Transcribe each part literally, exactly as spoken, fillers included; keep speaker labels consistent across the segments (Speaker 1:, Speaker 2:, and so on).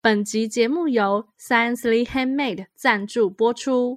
Speaker 1: 本集节目由 Sciencely Handmade 赞助播出。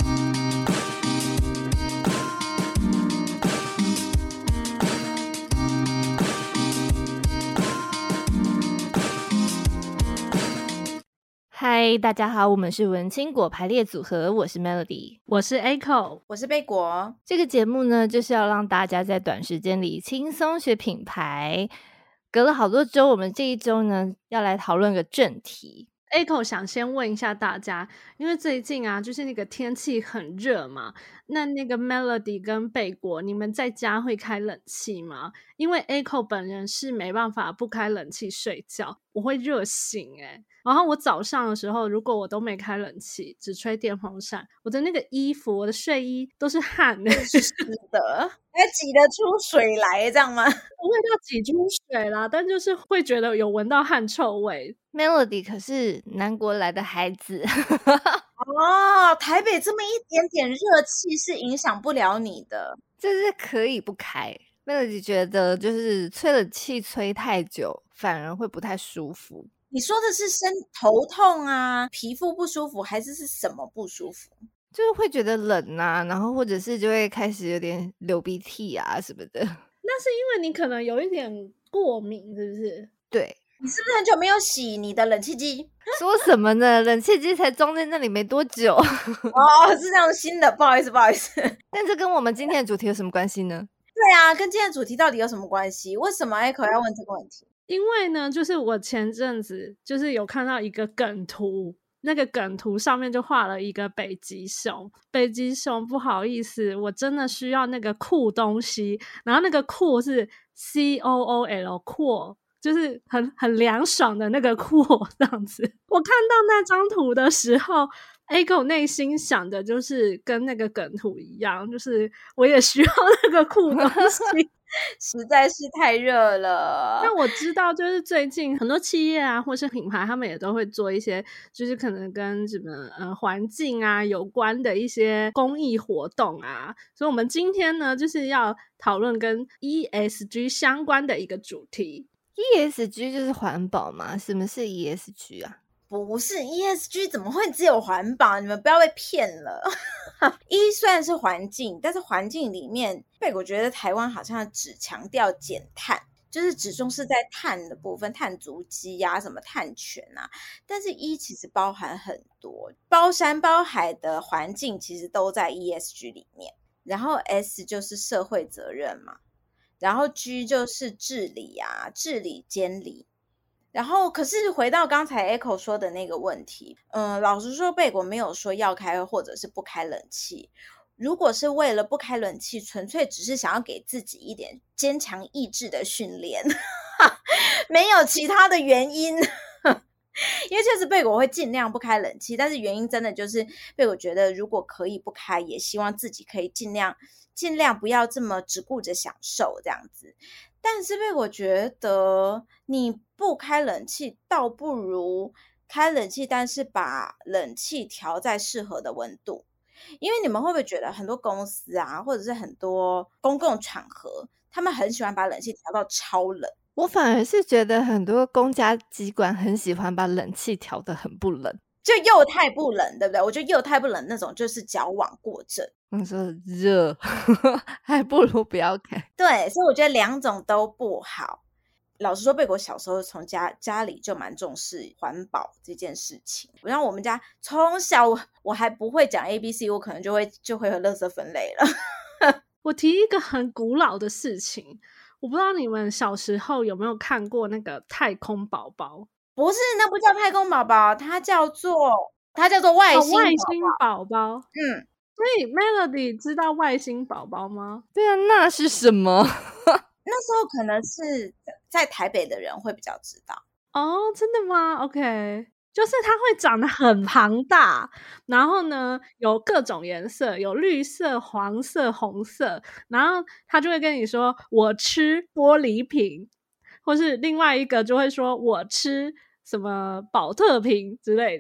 Speaker 2: 嗨，大家好，我们是文青果排列组合，我是 Melody，
Speaker 1: 我是 Echo，
Speaker 3: 我是贝果。
Speaker 2: 这个节目呢，就是要让大家在短时间里轻松学品牌。隔了好多周，我们这一周呢，要来讨论个正题。
Speaker 1: Echo 想先问一下大家，因为最近啊，就是那个天气很热嘛，那那个 Melody 跟贝果，你们在家会开冷气吗？因为 Echo 本人是没办法不开冷气睡觉，我会热醒欸。然后我早上的时候，如果我都没开冷气，只吹电风扇，我的那个衣服，我的睡衣都是汗的，
Speaker 3: 是的，还挤得出水来，这样吗？
Speaker 1: 不会到挤出水啦，但就是会觉得有闻到汗臭味。
Speaker 2: Melody 可是南国来的孩子
Speaker 3: 哦，台北这么一点点热气是影响不了你的，
Speaker 2: 就是可以不开。Melody 觉得就是吹冷气吹太久，反而会不太舒服。
Speaker 3: 你说的是身头痛啊，皮肤不舒服，还是是什么不舒服？
Speaker 2: 就是会觉得冷啊，然后或者是就会开始有点流鼻涕啊什么的。
Speaker 1: 那是因为你可能有一点过敏，是不是？
Speaker 2: 对，
Speaker 3: 你是不是很久没有洗你的冷气机？
Speaker 2: 说什么呢？冷气机才装在那里没多久。
Speaker 3: 哦，是这样新的，不好意思，不好意思。
Speaker 2: 但这跟我们今天的主题有什么关系呢？
Speaker 3: 对啊，跟今天的主题到底有什么关系？为什么 Echo 要问这个问题？
Speaker 1: 因为呢，就是我前阵子就是有看到一个梗图，那个梗图上面就画了一个北极熊。北极熊，不好意思，我真的需要那个酷东西。然后那个酷是 C O O L 酷，就是很很凉爽的那个酷这样子。我看到那张图的时候，Echo 内心想的就是跟那个梗图一样，就是我也需要那个酷东西。
Speaker 3: 实在是太热了。
Speaker 1: 那我知道，就是最近很多企业啊，或是品牌，他们也都会做一些，就是可能跟什么呃环境啊有关的一些公益活动啊。所以，我们今天呢，就是要讨论跟 E S G 相关的一个主题。
Speaker 2: E S G 就是环保嘛？什么是 E S G 啊？
Speaker 3: 不是 E S G 怎么会只有环保？你们不要被骗了。一虽然是环境，但是环境里面，我觉得台湾好像只强调减碳，就是只重视在碳的部分，碳足迹啊，什么碳权啊。但是一其实包含很多，包山包海的环境其实都在 E S G 里面。然后 S 就是社会责任嘛，然后 G 就是治理啊，治理监理。然后可是回到刚才 Echo 说的那个问题，嗯，老实说贝果没有说要开或者是不开冷气。如果是为了不开冷气，纯粹只是想要给自己一点坚强意志的训练，没有其他的原因。因为确实贝果会尽量不开冷气，但是原因真的就是贝果觉得如果可以不开，也希望自己可以尽量尽量不要这么只顾着享受这样子。但是贝果觉得你不开冷气倒不如开冷气，但是把冷气调在适合的温度。因为你们会不会觉得很多公司啊，或者是很多公共场合，他们很喜欢把冷气调到超冷？
Speaker 2: 我反而是觉得很多公家机关很喜欢把冷气调得很不冷，
Speaker 3: 就又太不冷，对不对？我觉得又太不冷那种就是矫枉过正。
Speaker 2: 我说热还不如不要开。
Speaker 3: 对，所以我觉得两种都不好。老实说，贝果小时候从家家里就蛮重视环保这件事情。然后我们家从小我我还不会讲 A B C， 我可能就会就会和垃圾分类了。
Speaker 1: 我提一个很古老的事情，我不知道你们小时候有没有看过那个太空宝宝？
Speaker 3: 不是，那不叫太空宝宝，它叫做它叫做外星宝宝。
Speaker 1: 哦、外星宝宝。
Speaker 3: 嗯，
Speaker 1: 所以 Melody 知道外星宝宝吗？
Speaker 2: 对啊，那是什么？
Speaker 3: 那时候可能是在台北的人会比较知道。
Speaker 1: 哦，真的吗 ？OK， 就是它会长得很庞大，然后呢有各种颜色，有绿色、黄色、红色，然后他就会跟你说我吃玻璃瓶，或是另外一个就会说我吃什么宝特瓶之类的。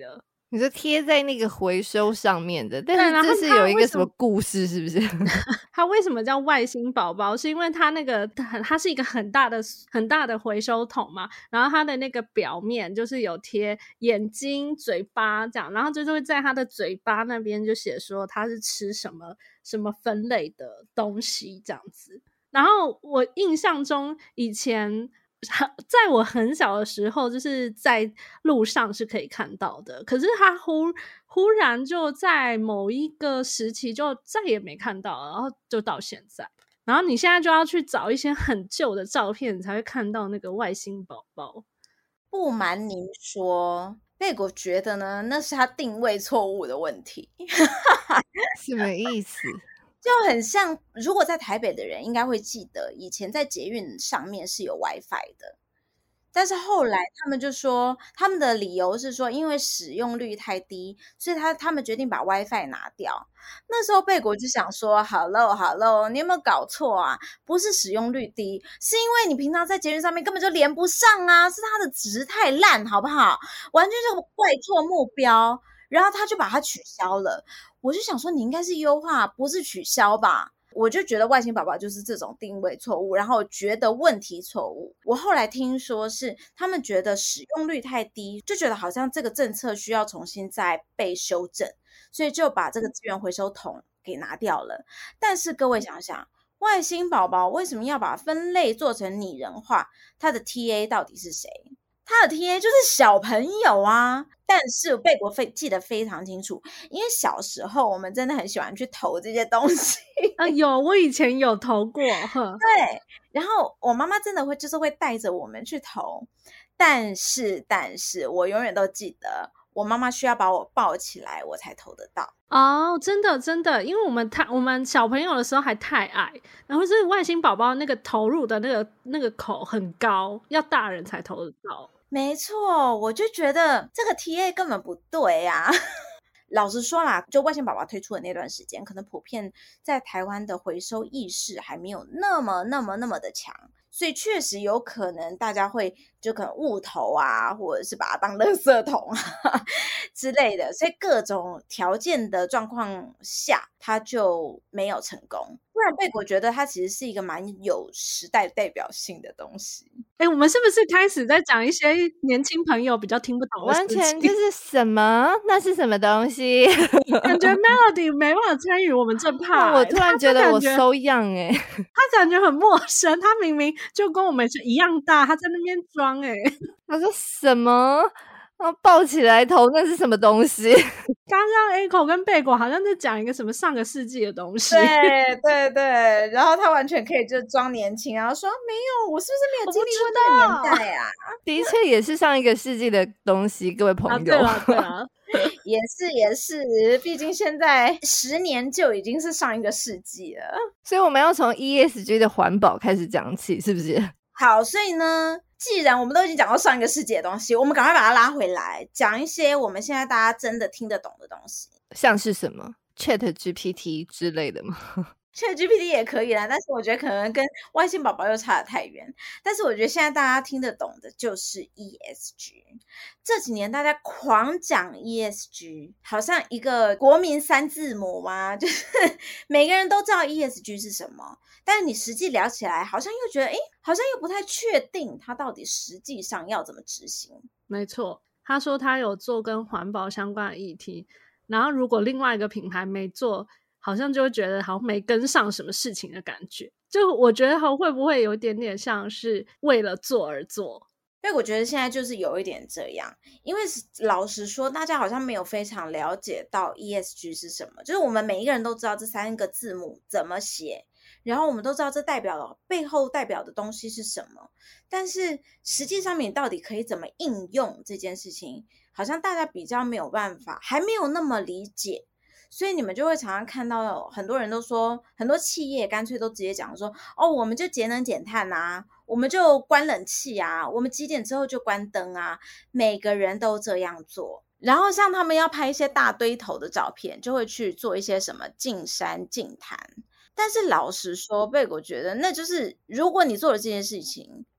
Speaker 2: 你说贴在那个回收上面的，但
Speaker 1: 对然后
Speaker 2: 是这是
Speaker 1: 它
Speaker 2: 有一个什么
Speaker 1: 为什么
Speaker 2: 故事是不是？
Speaker 1: 它为什么叫外星宝宝？是因为它那个它它是一个很大的很大的回收桶嘛，然后它的那个表面就是有贴眼睛、嘴巴这样，然后就是会在它的嘴巴那边就写说它是吃什么什么分类的东西这样子。然后我印象中以前在我很小的时候就是在路上是可以看到的，可是它忽忽然就在某一个时期就再也没看到了，然后就到现在，然后你现在就要去找一些很旧的照片，你才会看到那个外星宝宝。
Speaker 3: 不瞒您说，贝果觉得呢，那是他定位错误的问题。
Speaker 2: 什么意思？
Speaker 3: 就很像，如果在台北的人应该会记得，以前在捷运上面是有 WiFi 的，但是后来他们就说，他们的理由是说，因为使用率太低，所以他他们决定把 WiFi 拿掉。那时候贝果就想说 ，Hello Hello， 你有没有搞错啊？不是使用率低，是因为你平常在捷运上面根本就连不上啊，是它的值太烂，好不好？完全就怪错目标。然后他就把它取消了，我就想说你应该是优化，不是取消吧？我就觉得外星宝宝就是这种定位错误，然后觉得问题错误。我后来听说是他们觉得使用率太低，就觉得好像这个政策需要重新再被修正，所以就把这个资源回收桶给拿掉了。但是各位想想，外星宝宝为什么要把分类做成拟人化？它的 T A 到底是谁？他的 T A 就是小朋友啊，但是贝果非记得非常清楚，因为小时候我们真的很喜欢去投这些东西。
Speaker 1: 啊，有，我以前有投过，呵。
Speaker 3: 对，然后我妈妈真的会就是会带着我们去投，但是但是我永远都记得，我妈妈需要把我抱起来，我才投得到。
Speaker 1: 哦，真的真的，因为我们太我们小朋友的时候还太矮，然后是外星宝宝那个投入的那个那个口很高，要大人才投得到。
Speaker 3: 没错，我就觉得这个 T A 根本不对啊。老实说啦，就外星宝宝推出的那段时间，可能普遍在台湾的回收意识还没有那么那么那么的强，所以确实有可能大家会就可能误投啊，或者是把它当垃圾桶啊之类的，所以各种条件的状况下，它就没有成功。不然贝果觉得它其实是一个蛮有时代代表性的东西。
Speaker 1: 哎，我们是不是开始在讲一些年轻朋友比较听不懂的事情？
Speaker 2: 完全就是什么？那是什么东西？
Speaker 1: 感觉 Melody 没办法参与我们这趴、欸。
Speaker 2: 我突然觉得我 so young 哎、欸，
Speaker 1: 他感觉很陌生，他明明就跟我们是一样大，他在那边装哎、欸。
Speaker 2: 他说什么？然后抱起来头，那是什么东西？
Speaker 1: 刚刚 Echo 跟贝果好像在讲一个什么上个世纪的东西。
Speaker 3: 对对对，然后他完全可以就装年轻，然后说没有，我是不是没有经历过那个年代啊？
Speaker 2: 的确也是上一个世纪的东西，各位朋友。啊、
Speaker 1: 对啊，对啊，
Speaker 3: 也是也是，毕竟现在十年就已经是上一个世纪了。
Speaker 2: 所以我们要从 E S G 的环保开始讲起，是不是？
Speaker 3: 好，所以呢，既然我们都已经讲到上一个世纪的东西，我们赶快把它拉回来，讲一些我们现在大家真的听得懂的东西。
Speaker 2: 像是什么 Chat G P T 之类的吗
Speaker 3: ？Chat G P T 也可以啦，但是我觉得可能跟外星宝宝又差得太远。但是我觉得现在大家听得懂的就是 E S G。这几年大家狂讲 E S G， 好像一个国民三字母嘛，就是每个人都知道 E S G 是什么，但是你实际聊起来，好像又觉得，诶，好像又不太确定它到底实际上要怎么执行。
Speaker 1: 没错，他说他有做跟环保相关的议题，然后如果另外一个品牌没做，好像就会觉得好像没跟上什么事情的感觉。就我觉得会不会有一点点像是为了做而做。
Speaker 3: 所以我觉得现在就是有一点这样，因为老实说大家好像没有非常了解到 E S G 是什么，就是我们每一个人都知道这三个字母怎么写，然后我们都知道这代表了背后代表的东西是什么，但是实际上面到底可以怎么应用这件事情，好像大家比较没有办法，还没有那么理解。所以你们就会常常看到很多人都说，很多企业干脆都直接讲说，哦，我们就节能减碳啊，我们就关冷气啊，我们几点之后就关灯啊，每个人都这样做。然后像他们要拍一些大堆头的照片，就会去做一些什么净山净潭。但是老实说，贝果觉得那就是如果你做了这件事情，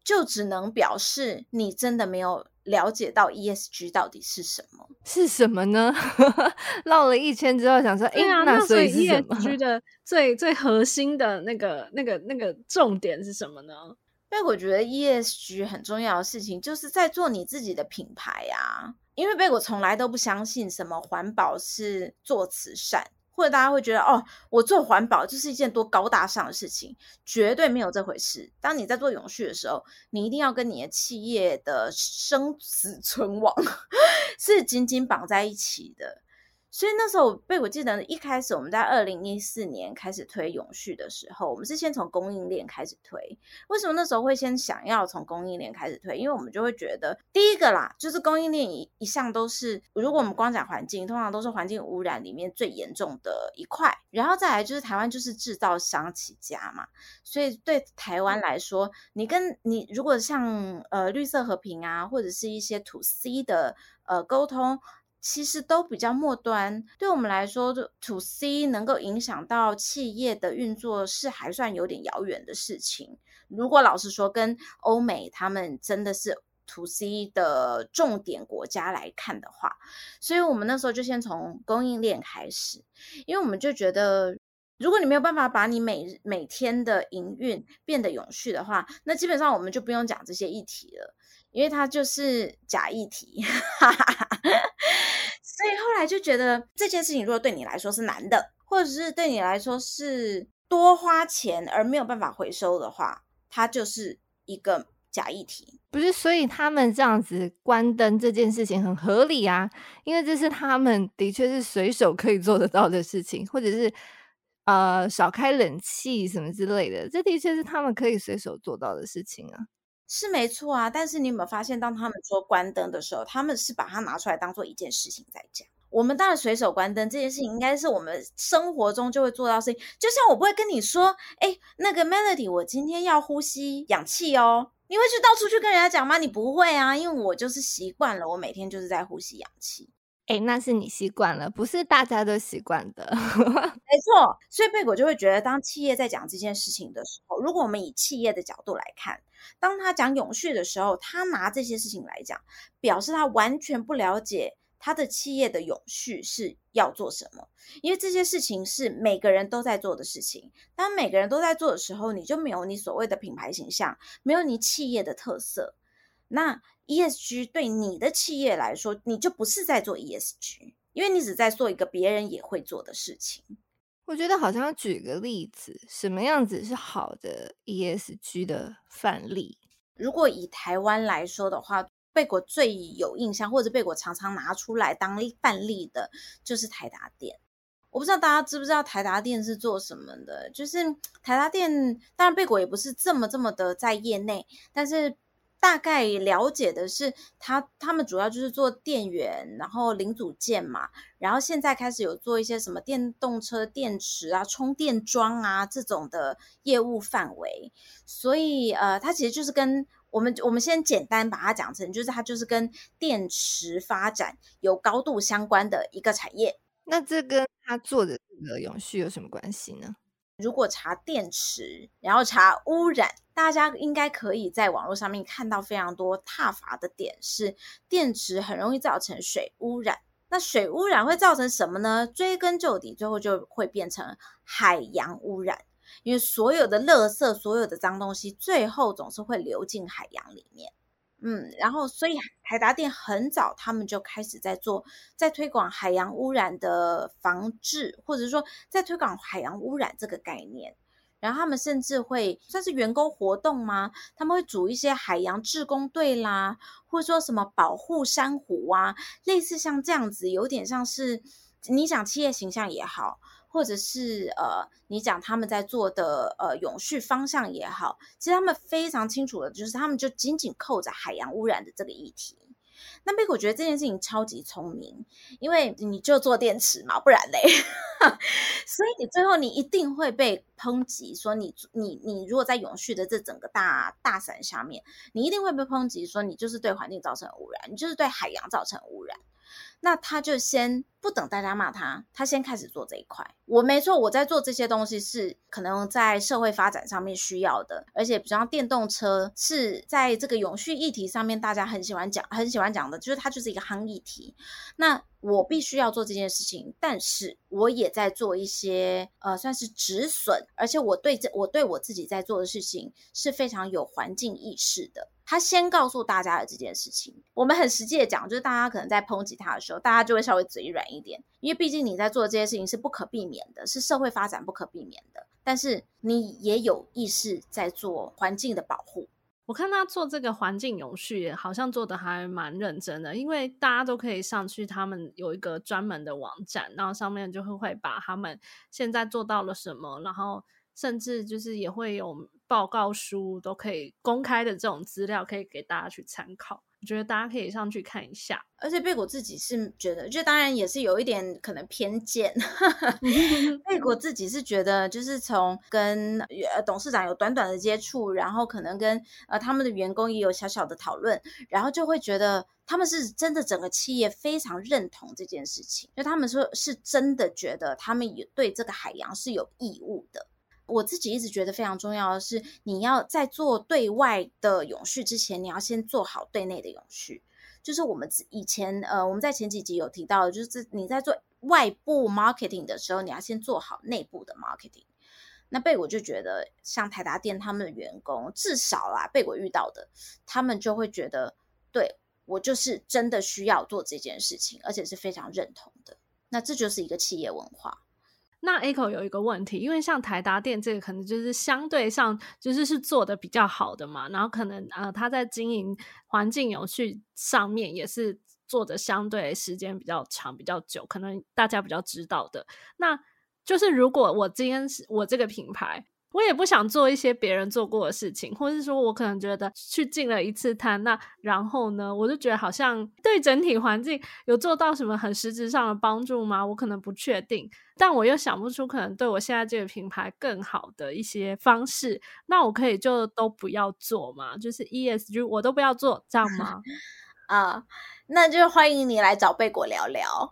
Speaker 3: 就只能表示你真的没有了解到 E S G 到底是什么。
Speaker 2: 是什么呢？绕了一圈之后想说，
Speaker 1: 对啊，
Speaker 2: 那
Speaker 1: 所以
Speaker 2: 以是什么
Speaker 1: E S G 的最最核心的那个那个那个重点是什么呢？
Speaker 3: 所以我觉得 E S G 很重要的事情就是在做你自己的品牌啊，因为贝果从来都不相信什么环保是做慈善，或者大家会觉得哦，我做环保就是一件多高大上的事情，绝对没有这回事。当你在做永续的时候，你一定要跟你的企业的生死存亡是紧紧绑在一起的。所以那时候贝果记得一开始我们在二零一四年开始推永续的时候，我们是先从供应链开始推。为什么那时候会先想要从供应链开始推？因为我们就会觉得第一个啦，就是供应链 一, 一向都是，如果我们光讲环境，通常都是环境污染里面最严重的一块。然后再来就是台湾就是制造商起家嘛，所以对台湾来说，你跟你如果像呃绿色和平啊，或者是一些 to C 的呃沟通，其实都比较末端，对我们来说 to C 能够影响到企业的运作是还算有点遥远的事情。如果老实说跟欧美他们真的是 to C 的重点国家来看的话，所以我们那时候就先从供应链开始，因为我们就觉得如果你没有办法把你每每天的营运变得永续的话，那基本上我们就不用讲这些议题了，因为它就是假议题所以后来就觉得这件事情如果对你来说是难的，或者是对你来说是多花钱而没有办法回收的话，它就是一个假议题。
Speaker 2: 不是，所以他们这样子关灯这件事情很合理啊，因为这是他们的确是随手可以做得到的事情，或者是呃少开冷气什么之类的，这的确是他们可以随手做到的事情啊。
Speaker 3: 是没错啊，但是你有没有发现当他们说关灯的时候，他们是把它拿出来当做一件事情在讲。我们当然随手关灯这件事情应该是我们生活中就会做到的事情，就像我不会跟你说哎，那个 Melody 我今天要呼吸氧气哦，你会去到处去跟人家讲吗？你不会啊，因为我就是习惯了，我每天就是在呼吸氧气。
Speaker 2: 诶，那是你习惯了，不是大家都习惯的
Speaker 3: 没错，所以贝果就会觉得当企业在讲这件事情的时候，如果我们以企业的角度来看，当他讲永续的时候，他拿这些事情来讲，表示他完全不了解他的企业的永续是要做什么，因为这些事情是每个人都在做的事情。当每个人都在做的时候，你就没有你所谓的品牌形象，没有你企业的特色。那 E S G 对你的企业来说，你就不是在做 E S G， 因为你只在做一个别人也会做的事情。
Speaker 2: 我觉得好像举个例子，什么样子是好的 E S G 的范例？
Speaker 3: 如果以台湾来说的话，贝果最有印象，或者贝果常常拿出来当范例的，就是台达电。我不知道大家知不知道台达电是做什么的？就是台达电，当然贝果也不是这么这么的在业内，但是大概了解的是他他们主要就是做电源，然后零组件嘛，然后现在开始有做一些什么电动车电池啊、充电桩啊这种的业务范围。所以呃，它其实就是跟我们我们先简单把它讲成，就是它就是跟电池发展有高度相关的一个产业。
Speaker 2: 那这跟他做的这个永续有什么关系呢？
Speaker 3: 如果查电池，然后查污染，大家应该可以在网络上面看到非常多挞伐的点，是电池很容易造成水污染。那水污染会造成什么呢？追根究底，最后就会变成海洋污染，因为所有的垃圾、所有的脏东西，最后总是会流进海洋里面。嗯，然后所以台达电很早他们就开始在做，在推广海洋污染的防治，或者说在推广海洋污染这个概念。然后他们甚至会算是员工活动吗？他们会组一些海洋志工队啦，或者说什么保护珊瑚啊，类似像这样子，有点像是你讲企业形象也好，或者是呃，你讲他们在做的呃永续方向也好，其实他们非常清楚的，就是他们就紧紧扣着海洋污染的这个议题。那贝果觉得这件事情超级聪明，因为你就做电池嘛，不然嘞，所以你最后你一定会被抨击，说你你你如果在永续的这整个大大伞下面，你一定会被抨击说你就是对环境造成污染，你就是对海洋造成污染。 那他就先不等大家骂他，他先开始做这一块。我没错，我在做这些东西是可能在社会发展上面需要的，而且比方电动车是在这个永续议题上面大家很喜欢讲很喜欢讲的，就是它就是一个夯议题。那我必须要做这件事情，但是我也在做一些呃算是止损，而且我对这我对我自己在做的事情是非常有环境意识的。他先告诉大家的这件事情，我们很实际的讲，就是大家可能在抨击他的时候，大家就会稍微嘴软一点，因为毕竟你在做的这些事情是不可避免的，是社会发展不可避免的，但是你也有意识在做环境的保护。
Speaker 1: 我看他做这个环境永续好像做的还蛮认真的，因为大家都可以上去他们有一个专门的网站，然后上面就会会把他们现在做到了什么，然后甚至就是也会有报告书都可以公开的这种资料可以给大家去参考，我觉得大家可以上去看一下。
Speaker 3: 而且贝果自己是觉得，就当然也是有一点可能偏见贝果自己是觉得就是从跟呃董事长有短短的接触，然后可能跟呃他们的员工也有小小的讨论，然后就会觉得他们是真的整个企业非常认同这件事情，就他们说是真的觉得他们也对这个海洋是有义务的。我自己一直觉得非常重要的是，你要在做对外的永续之前，你要先做好对内的永续。就是我们以前呃我们在前几集有提到的，就是你在做外部 marketing 的时候，你要先做好内部的 marketing。那贝果就觉得像台达电他们的员工，至少啦贝果遇到的，他们就会觉得对，我就是真的需要做这件事情，而且是非常认同的。那这就是一个企业文化。
Speaker 1: 那 Echo 有一个问题，因为像台达电这个可能就是相对上就是是做的比较好的嘛，然后可能呃他在经营环境永续上面也是做的相对时间比较长比较久，可能大家比较知道的。那就是如果我今天是我这个品牌，我也不想做一些别人做过的事情，或是说我可能觉得去进了一次摊，那然后呢我就觉得好像对整体环境有做到什么很实质上的帮助吗？我可能不确定，但我又想不出可能对我现在这个品牌更好的一些方式，那我可以就都不要做吗？就是 E S G 我都不要做，这样吗？
Speaker 3: 啊，那就欢迎你来找贝果聊聊。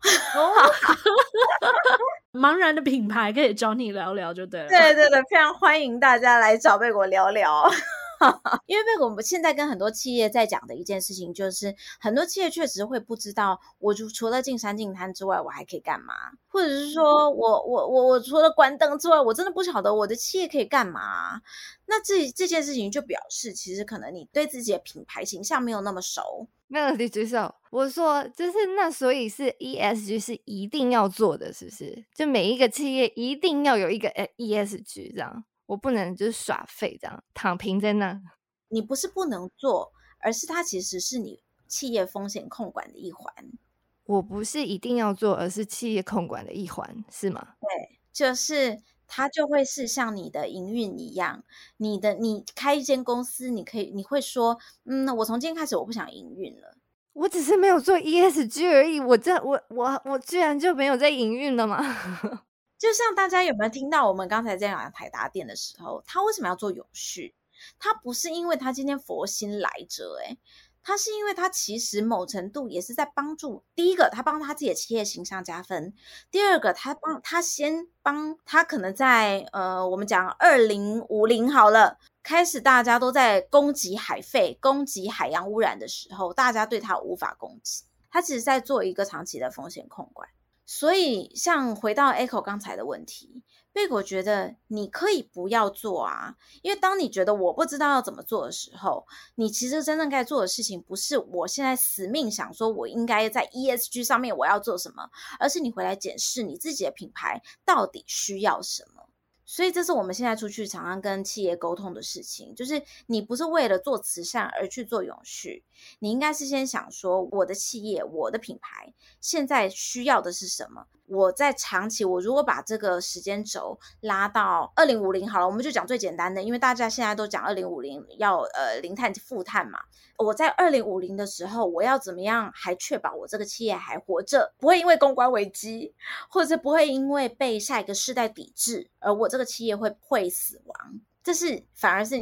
Speaker 1: 茫然的品牌可以找你聊聊就对了。
Speaker 3: 对对对，非常欢迎大家来找贝果聊聊。因为贝果我们现在跟很多企业在讲的一件事情，就是很多企业确实会不知道，我除了进山进滩之外我还可以干嘛，或者是说我我我我除了关灯之外，我真的不晓得我的企业可以干嘛。那这这件事情就表示其实可能你对自己的品牌形象没有那么熟。
Speaker 2: Melody 举手，我说就是那所以是 E S G 是一定要做的，是不是？就每一个企业一定要有一个 E S G 这样，我不能就是耍废这样躺平在那。
Speaker 3: 你不是不能做，而是它其实是你企业风险控管的一环。
Speaker 2: 我不是一定要做，而是企业控管的一环，是吗？
Speaker 3: 对，就是它就会是像你的营运一样，你的你开一间公司，你可以你会说，嗯，我从今天开始我不想营运了。
Speaker 2: 我只是没有做 E S G 而已，我这我我我居然就没有在营运了吗？
Speaker 3: 就像大家有没有听到我们刚才在讲台达电的时候，他为什么要做永续？他不是因为他今天佛心来着，诶他是因为他其实某程度也是在帮助，第一个他帮他自己的企业形象加分，第二个他帮他先帮他可能在呃我们讲二零五零好了，开始大家都在攻击海废攻击海洋污染的时候，大家对他无法攻击，他其实在做一个长期的风险控管。所以像回到 Echo 刚才的问题，贝果觉得你可以不要做啊，因为当你觉得我不知道要怎么做的时候，你其实真正该做的事情不是我现在死命想说我应该在 E S G 上面我要做什么，而是你回来检视你自己的品牌到底需要什么。所以这是我们现在出去常常跟企业沟通的事情，就是你不是为了做慈善而去做永续，你应该是先想说我的企业我的品牌现在需要的是什么，我在长期我如果把这个时间轴拉到二零五零好了，我们就讲最简单的，因为大家现在都讲二零五零要呃零碳负碳嘛，我在二零五零的时候我要怎么样还确保我这个企业还活着，不会因为公关危机或者不会因为被下一个世代抵制而我这个企业会会死亡，这是反而是你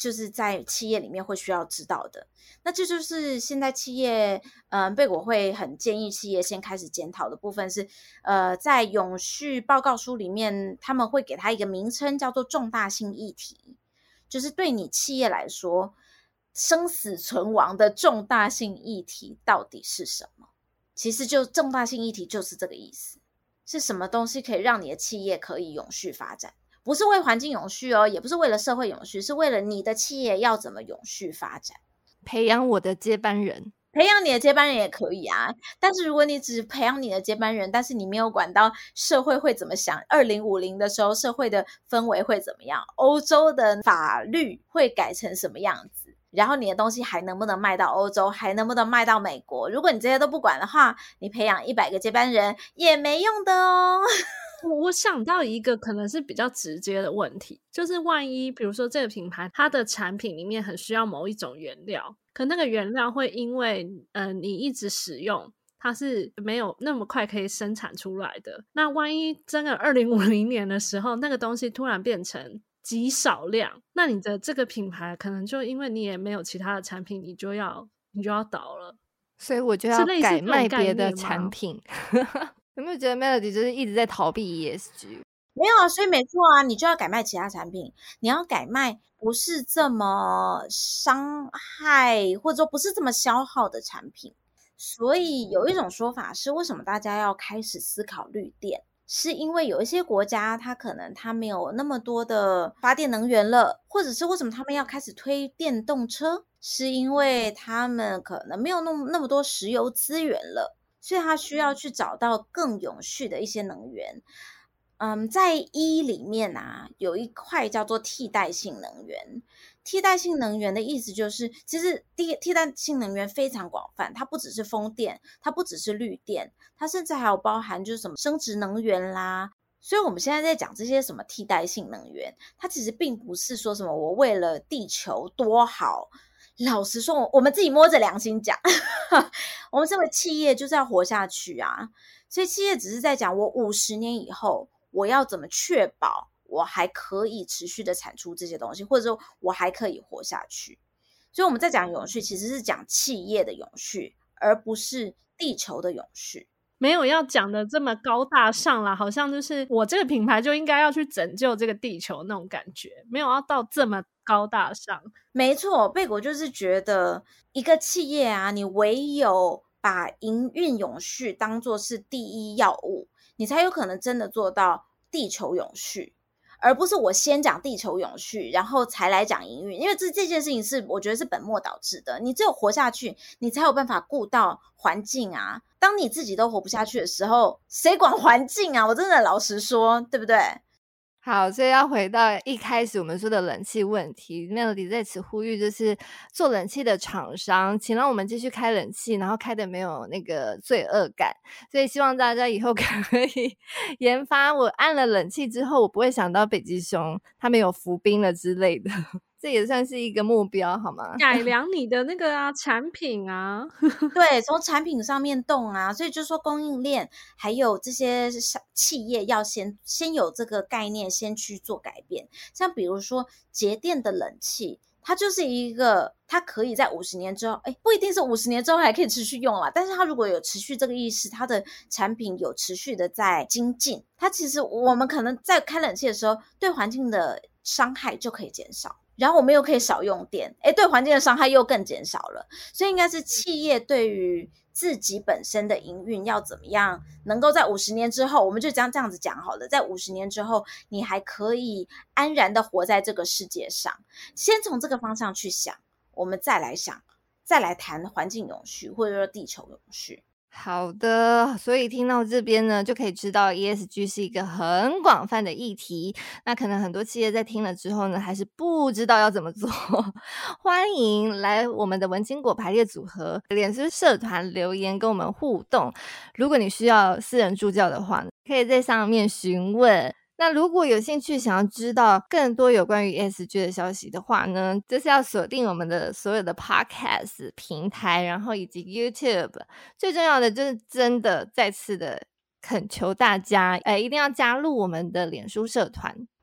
Speaker 3: 就是在企业里面会需要知道的。那这就是现在企业，嗯，贝果会很建议企业先开始检讨的部分是，呃，在永续报告书里面，他们会给它一个名称叫做重大性议题，就是对你企业来说，生死存亡的重大性议题到底是什么？其实就重大性议题就是这个意思，是什么东西可以让你的企业可以永续发展？不是为环境永续哦，也不是为了社会永续，是为了你的企业要怎么永续发展。
Speaker 2: 培养我的接班人，
Speaker 3: 培养你的接班人也可以啊，但是如果你只培养你的接班人，但是你没有管到社会会怎么想，二零五零的时候社会的氛围会怎么样，欧洲的法律会改成什么样子，然后你的东西还能不能卖到欧洲，还能不能卖到美国，如果你这些都不管的话，你培养一百个接班人也没用的哦。
Speaker 1: 我想到一个可能是比较直接的问题，就是万一比如说这个品牌它的产品里面很需要某一种原料，可那个原料会因为呃你一直使用它是没有那么快可以生产出来的，那万一真的二零五零年的时候那个东西突然变成极少量，那你的这个品牌可能就因为你也没有其他的产品，你就要你就要倒了，
Speaker 2: 所以我就要改卖别的产品。有没有觉得 Melody 就是一直在逃避 E S G？
Speaker 3: 没有啊，所以没错啊，你就要改卖其他产品，你要改卖不是这么伤害或者说不是这么消耗的产品。所以有一种说法是，为什么大家要开始思考绿电，是因为有一些国家它可能它没有那么多的发电能源了，或者是为什么他们要开始推电动车，是因为他们可能没有那么那么多石油资源了，所以他需要去找到更永续的一些能源。嗯，在一里面啊，有一块叫做替代性能源。替代性能源的意思就是，其实替替代性能源非常广泛，它不只是风电，它不只是绿电，它甚至还有包含就是什么生质能源啦。所以我们现在在讲这些什么替代性能源，它其实并不是说什么我为了地球多好。老实说，我们自己摸着良心讲，我们身为企业就是要活下去啊，所以企业只是在讲我五十年以后我要怎么确保我还可以持续的产出这些东西，或者说我还可以活下去。所以我们在讲永续其实是讲企业的永续，而不是地球的永续。
Speaker 1: 没有要讲的这么高大上啦，好像就是我这个品牌就应该要去拯救这个地球那种感觉，没有要到这么高大上。
Speaker 3: 没错，贝果就是觉得一个企业啊，你唯有把营运永续当作是第一要务，你才有可能真的做到地球永续，而不是我先讲地球永续然后才来讲营运。因为这这件事情是我觉得是本末倒置的，你只有活下去你才有办法顾到环境啊，当你自己都活不下去的时候谁管环境啊，我真的老实说，对不对？
Speaker 2: 好，所以要回到一开始我们说的冷气问题， Melody 在此呼吁就是做冷气的厂商请让我们继续开冷气，然后开的没有那个罪恶感，所以希望大家以后可以研发我按了冷气之后我不会想到北极熊他们有服兵了之类的，这也算是一个目标好吗？
Speaker 1: 改良你的那个啊产品啊
Speaker 3: 对，从产品上面动啊，所以就说供应链还有这些企业要先先有这个概念，先去做改变。像比如说节电的冷气，它就是一个它可以在五十年之后，哎，不一定是五十年之后还可以持续用啦，但是它如果有持续这个意识，它的产品有持续的在精进，它其实我们可能在开冷气的时候对环境的伤害就可以减少，然后我们又可以少用电，诶，对环境的伤害又更减少了。所以应该是企业对于自己本身的营运要怎么样能够在五十年之后，我们就这样这样子讲好了，在五十年之后你还可以安然的活在这个世界上，先从这个方向去想，我们再来想再来谈环境永续或者说地球永续。
Speaker 2: 好的，所以听到这边呢就可以知道 E S G 是一个很广泛的议题，那可能很多企业在听了之后呢还是不知道要怎么做欢迎来我们的文青果排列组合脸书社团留言跟我们互动，如果你需要私人助教的话可以在上面询问。那如果有兴趣想要知道更多有关于 E S G 的消息的话呢，就是要锁定我们的所有的 podcast 平台，然后以及 YouTube， 最重要的就是真的再次的恳求大家呃，一定要加入我们的脸书社团。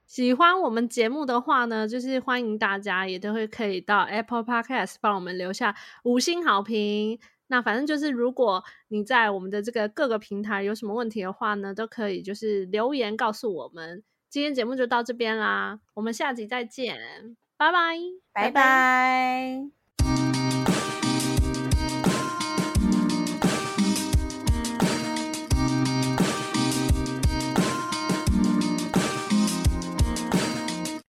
Speaker 1: 喜欢我们节目的话呢，就是欢迎大家也都会可以到 Apple Podcast 帮我们留下五星好评。那反正就是如果你在我们的这个各个平台有什么问题的话呢，都可以就是留言告诉我们。今天节目就到这边啦，我们下集再见，拜拜，
Speaker 3: 拜拜。